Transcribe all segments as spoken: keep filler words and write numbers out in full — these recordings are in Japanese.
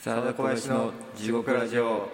澤田小林の地獄ラジオ。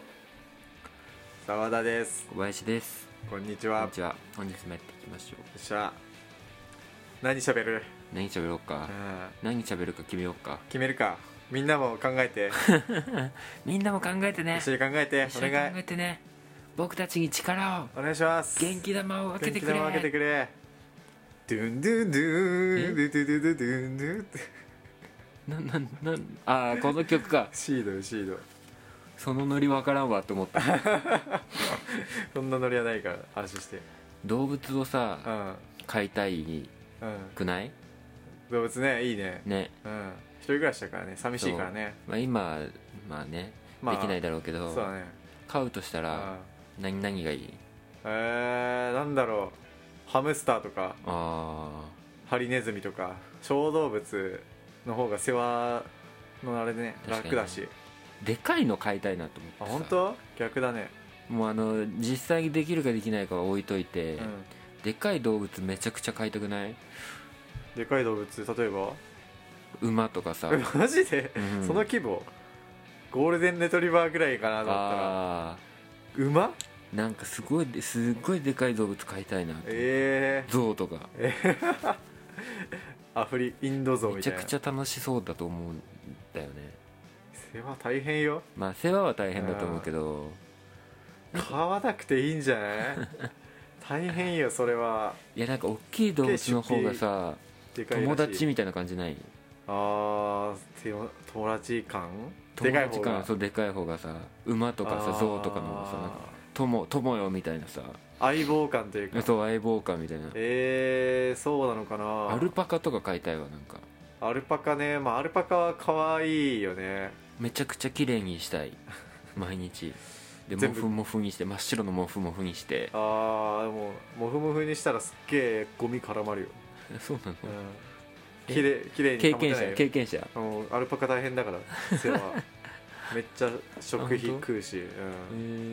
澤田です。 小林です。 こんにちは。 こんにちは。本日もやっていきましょう。よっしゃ。何喋る？ 何喋ろうか。何喋るか決めようか。 決めるか。みんなも考えて。 みんなも考えてね。 一緒に考えて。 お願い。考えてね。僕たちに力を。 お願いします。 元気玉を分けてくれ。 元気玉を分けてくれ。ドゥンドゥンドゥンドゥドゥドゥドゥドゥンドゥン。 なななああこの曲か。 シードよシード。 そのノリ分からんわと思った。 そんなノリはないから安心して。 動物をさ、 うん、 飼いたいくない？ 動物ね、いいね。 ね。 うん。一人暮らしだからね、寂しいからね。 まあ今まあね、まあ、できないだろうけど。 そうだね。 飼うとしたら何何がいい？ えー、なんだろう。ハムスターとか。 ああ。 ハリネズミとか小動物の方が世話のあれね楽だし。 でかいの飼いたいなと思ってさ。 あ、本当？逆だね。 もうあの実際にできるかできないかは置いといて、うん、でかい動物めちゃくちゃ飼いたくない？ でかい動物例えば馬とかさ。 マジで、うん、その規模ゴールデンレトリバーぐらいかなと思ったら馬なんかすごいすごいでかい動物飼いたいなって。 えー、 ゾウとか、 えー、アフリインドゾウみたいな。 めちゃくちゃ楽しそうだと思うんだよね。 世話大変よ。 まあ世話は大変だと思うけど飼わなくていいんじゃない大変よそれは。 いやなんか大きい動物の方がさ友達みたいな感じない？ あー友達感友達感。そうでかい方がさ馬とかさゾウとかのさなんか友友よみたいなさ相棒感というか。 そう相棒感みたいな。 えー、そうなのかな。 アルパカとか飼いたいわ。なんかアルパカね。まあアルパカは可愛いよね。 めちゃくちゃ綺麗にしたい毎日でモフモフにして真っ白のモフモフにして。 ああでもモフモフにしたらすっげえゴミ絡まるよ。 そうなの、 うん、きれきれいに保てないよ。 経験者経験者。 もうアルパカ大変だから世話めっちゃ食費食うし、うん、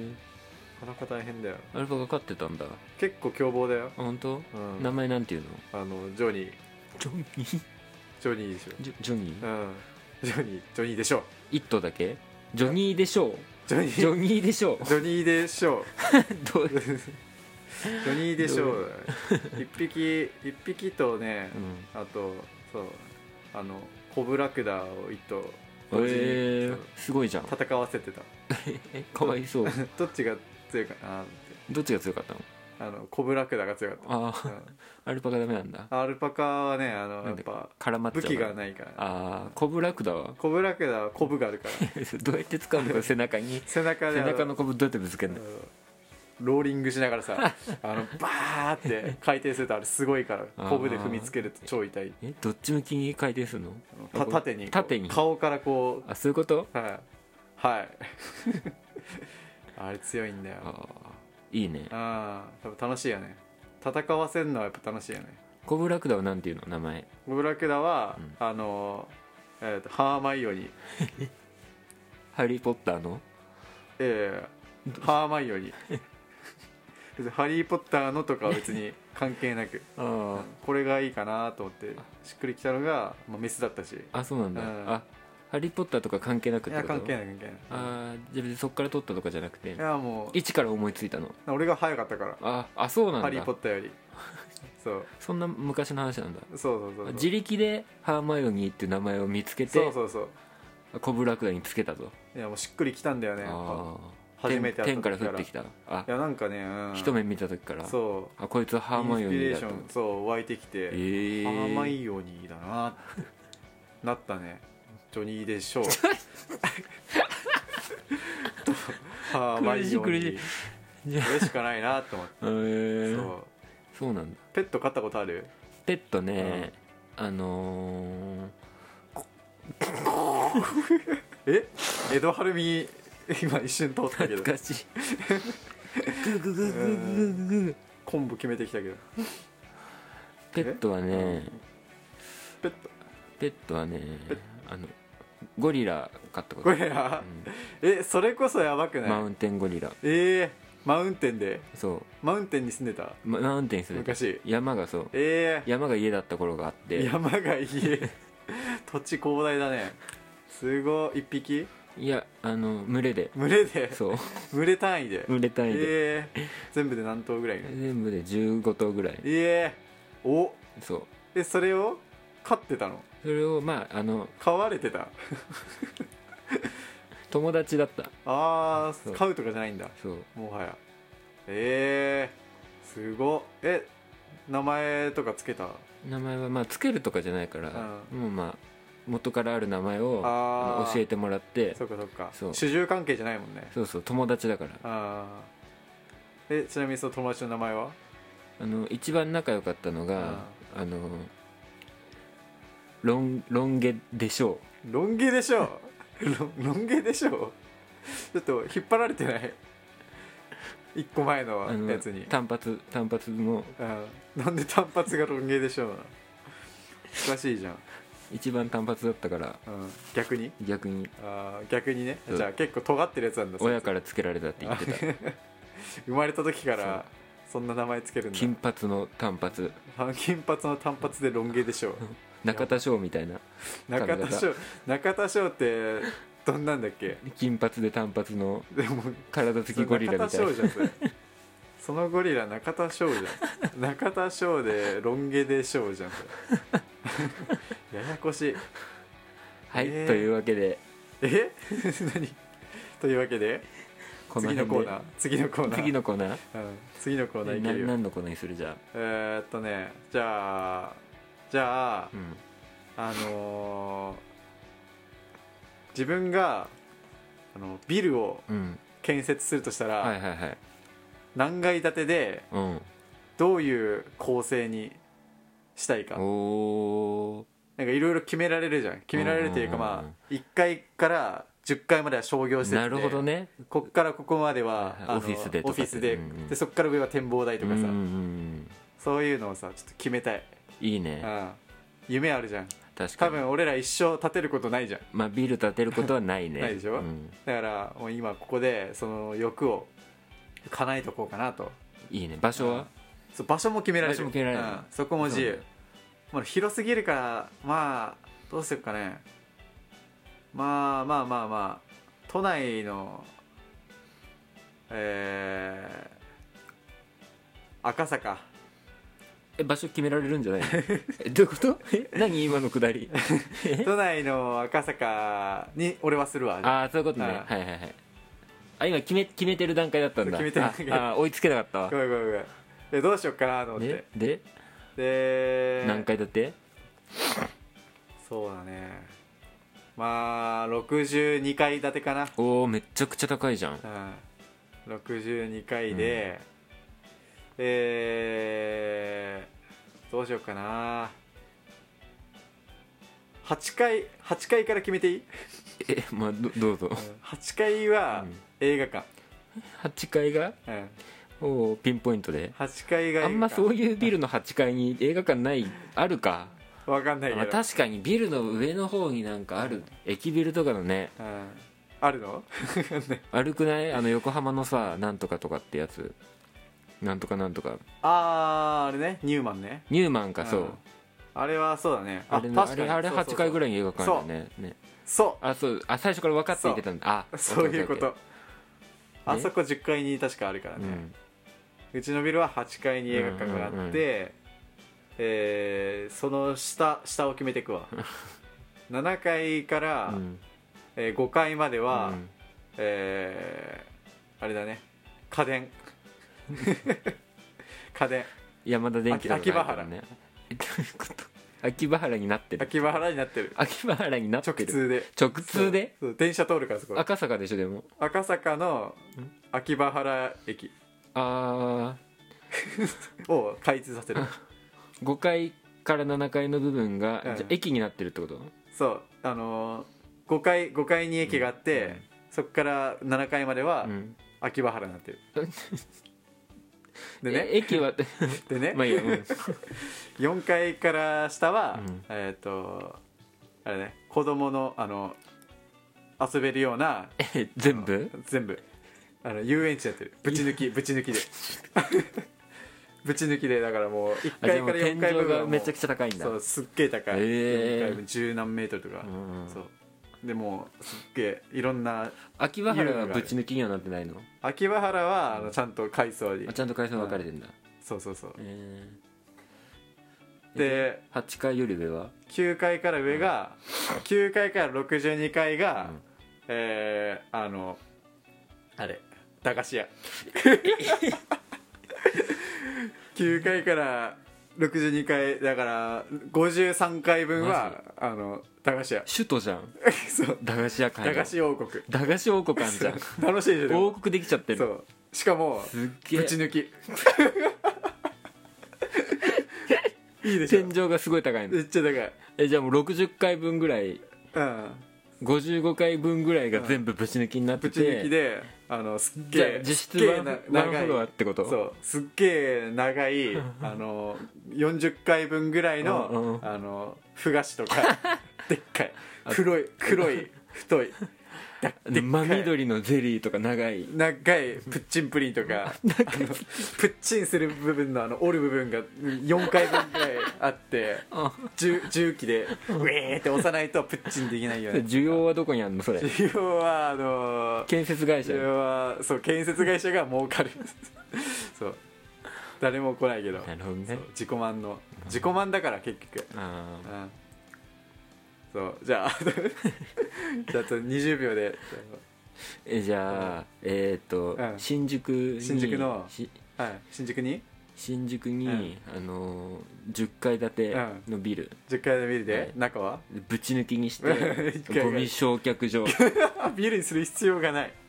なかなか大変だよ。 アルパカ飼ってたんだ。 結構凶暴だよ。 本当、うん、名前なんていうの？ あのジョニー。 ジョニージョニーでしょ。 ジョジョニー、 うん、ジョニージョニーでしょ。 一頭だけジョニーでしょう。 ジョニージョニーでしょう。 ジョニーでしょう。 どうジョニーでしょう。一匹一匹とね、うん、あとそうあのコブラクダを一頭えー、すごいじゃん。 戦わせてた。 かわいそう。 どっちが強いかなって。 どっちが強かったの？ あのコブラクダが強かった。 ああ、うん、アルパカダメなんだ。 アルパカはねあのやっぱ絡まっちゃう武器がないから。 ああコブラクダはコブラクダはコブがあるからどうやって使うの？背中に背中で背中のコブどうやってぶつけるの？ ローリングしながらさあのバーって回転するとあれすごいからコブで踏みつけると超痛い。 えどっち向きに回転するの？ た縦に縦に顔からこう。 あそういうこと？ はいはいあれ強いんだよ。 あいいね。 ああ多分楽しいよね。戦わせるのはやっぱ楽しいよね。 コブラクダはなんていうの名前？ コブラクダは、うん、あの、えー、とハーマイオニーハリー・ポッターのええー、ハーマイオニーハリー・ポッターのとかは別に関係なくあこれがいいかなと思ってしっくりきたのが、まあ、メスだったし。 あそうなんだ、うん、あハリー・ポッターとか関係なくってこと？ いや関係ない関係ない。 あじゃあ別にそっから取ったとかじゃなくて。いやもう一から思いついたの？ 俺が早かったから。 ああそうなんだ。 ハリー・ポッターよりそうそんな昔の話なんだ。 そうそうそうそう。 自力でハーマイオニーっていう名前を見つけてそうそうそうコブラクダにつけたと。 いやもうしっくりきたんだよね。あ初めて会った時から。天から降ってきた。あいやなんかね、うん、 一目見た時からそうあこいつはハーマイオニーだと。 インスピレーションそう湧いてきて、えー、ハーマイオニーだなってなったね。ジョニーでしょうハーマイオニーこれしかないなと思って、えー、そうそうなんだ。 ペット飼ったことある？ ペットね、うん、あのー、え江戸晴美今一瞬通ったけど懐かしいグググググググ昆布決めてきたけどペットはねペットペットはねあのゴリラ飼ったこと。 ゴリラ、うん、えそれこそやばくない？ マウンテンゴリラ。 ええー、マウンテンで。 そうマウンテンに住んでた。 マウンテンに住んでた昔。 山がそう、 ええー、 山が家だった頃があって。 山が家土地広大だね。 すごい。一匹？ いやあの群れで。 群れで？ そう群れ単位で？ 群れ単位で、 えー、全部で何頭ぐらいいる？ 全部でじゅうごとうぐらい。 えー、おそうえ、それを飼ってたの？ それをまああの飼われてた？ 友達だった。 ああ、 そう飼うとかじゃないんだ、 そうもはや。えー、すごっ。え、名前とかつけた？ 名前はまあつけるとかじゃないから、 うん、 もうまあ元からある名前をああの教えてもらって。 そっかそっか。 そう主従関係じゃないもんね。 そうそう友達だから。 あーえ、ちなみにその友達の名前は？ あの一番仲良かったのがあのロンロン毛でしょロン毛でしょロロン毛でしょちょっと引っ張られてない？一個前のう。あのやつに。 単発単発のうん、なんで単発がロン毛でしょうな。おかしいじゃん。 一番単発だったから、 うん、逆に？ 逆にあー逆にね。 そうじゃあ結構尖ってるやつなんだ。 親からつけられたって言ってた。 生まれた時からそんな名前つけるんだ。 金髪の単髪、 金髪の単発でロン毛でしょ中田翔みたいな中田翔。中田翔ってどんなんだっけ？ 金髪で単髪のでも体つきゴリラみたいな。 中田翔じゃんそれ。そのゴリラ中田翔じゃん。中田翔でロン毛で翔じゃんそれ。ややこしい。 はい、 えーというわけでえ何というわけでこ次のコーナー次のコーナー次のコーナーうん、次のコーナーいけるよ。 何のコーナーにする？じゃあ、 えー、っとねじゃあじゃあ、 うん、 あのー、自分があのビルをうん建設するとしたら、 はいはいはい、 何階建てでうんどういう構成にしたいか。 おなんかいろいろ決められるじゃん。決められるというか、 うんうんうんまあいっかいからじゅっかいまでは商業施設で、 なるほどね。 こっからここまではあのオフィスでとかオフィスで、 うんうん、 でそっから上は展望台とかさ、 うんうんうん、 そういうのをさちょっと決めたい。 いいね。 うん、夢あるじゃん。 確かに多分俺ら一生建てることないじゃん。 まあビル建てることはないね。 ないでしょ、 うん、 だからもう今ここでその欲を叶えとこうかなと。 いいね。場所は、 そう場所も決められる。 場所も決められる、 うん、そこも自由。もう広すぎるからまあどうするかね。まあまあまあまあ都内のえー、赤坂。 え場所決められるんじゃないの？えどういうこと？え何今のくだり？ 都内の赤坂に俺はするわ。 ああそういうことね。 はいはいはいはい。あ今決め決めてる段階だったんだ。 決めてる段階ああ追いつけなかったわ。 ごめんごめんごめん。でどうしよっかなと思ってででで何階建て？ そうだねまあろくじゅうにかい建てかな。 おおめっちゃくちゃ高いじゃん。 うんろくじゅうにかいで、うん、えー、どうしようかな。はちかいはちかいから決めていい？ えまあ ど, どうぞ、うん、 はちかいは映画館、 はちかいが、うん、おピンポイントではちかいが映画館。 あんまそういうビルのはちかいに映画館ないあるかわかんないけど、 まあ、確かにビルの上の方になんかある、うん、駅ビルとかのね、 うん、あるの？ 悪くない？あの横浜のさなんとかとかってやつなんとかなんとかあーあれねニューマンね。 ニューマンか、そう、 うん、あれはそうだね。 あれのあれあれはちかいぐらいに映画館だよね。ねそうあそうあ最初から分かっていてたんだ。あそういうこと。あそこじゅっかいに確かあるからね、うん、うちのビルははちかいに映画館があって、うんうんうん、えー、その下下を決めていくわ。ななかいから、うんえー、ごかいまでは、うんえー、あれだね家電家電山田電機とか、 ね、秋葉原ねどういうこと？秋葉原になってる。 秋葉原になってる。 秋葉原になってる。 直通で直通でそうそう電車通るからそこ。 赤坂でしょでも。 赤坂の秋葉原駅あーを開通させる。 ごかいからななかいの部分が、うん、じゃ駅になってるってこと？ そうあのー、ごかいごかいに駅があって、うん、そこからななかいまでは秋葉原になってる。でね駅はでね、 まあいいや、うん、 よんかいから下は、 うん、 えっ、ー、とあれね子供のあの遊べるようなえ全部全部あの遊園地やってる。ぶち抜きぶち抜きでぶち抜きでだからもういっかいからよんかい部分がめちゃくちゃ高いんだ。 そうすっげえ高い、 えー、 じゅうなんメートルとか、うん、そうでもすっげえいろんな秋葉原はぶち抜きにはなってないの？ 秋葉原はあのちゃんと階層にあちゃんと階層分かれてんだ、 そうそうそう、 えー、 ではちかいより上はきゅうかいから上が、うん、きゅうかいからろくじゅうにかいが、うん、えー、あのあれ駄菓子屋きゅうかいからろくじゅうにかいだからごじゅうさんかいぶんはあの駄菓子屋首都じゃんそう駄菓子屋会駄菓子王国駄菓子王国あんじゃん楽しいでしょ王国できちゃってる。 そうしかもすっげえぶち抜きいいでしょ。 天井がすごい高いの。 めっちゃ高い。 えじゃあもうろくじゅっかいぶんぐらい、 うん、 ごじゅうごかいぶんぐらいが全部ぶち抜きになってて、 ぶち抜きであのすっげえ実質ワンフロアってこと？ そうすっげえ長いあのよんじゅっかいぶんぐらいの、うんうん、あのふ菓子とかでっかい黒い黒い太い真緑のゼリーとか長い長いプッチンプリンとかあのプッチンする部分のあの折る部分がよんかいぶんぐらいあって重機でウェーって押さないとプッチンできないよね。 需要はどこにあるのそれ？ 需要はあの建設会社。 需要はそう建設会社が儲かるそう誰も来ないけど。 なるほどね。 自己満の自己満だから結局。ああそうじゃあじゃあにじゅうびょうでえじゃあ、うん、えっ、ー、と、うん、新宿に新宿の、はい、新宿に新宿に、うん、あのじゅっかい建てのビル、うん、 じゅっかい建てビルで、はい、中はぶち抜きにしてゴミ焼却場ビルにする必要がない。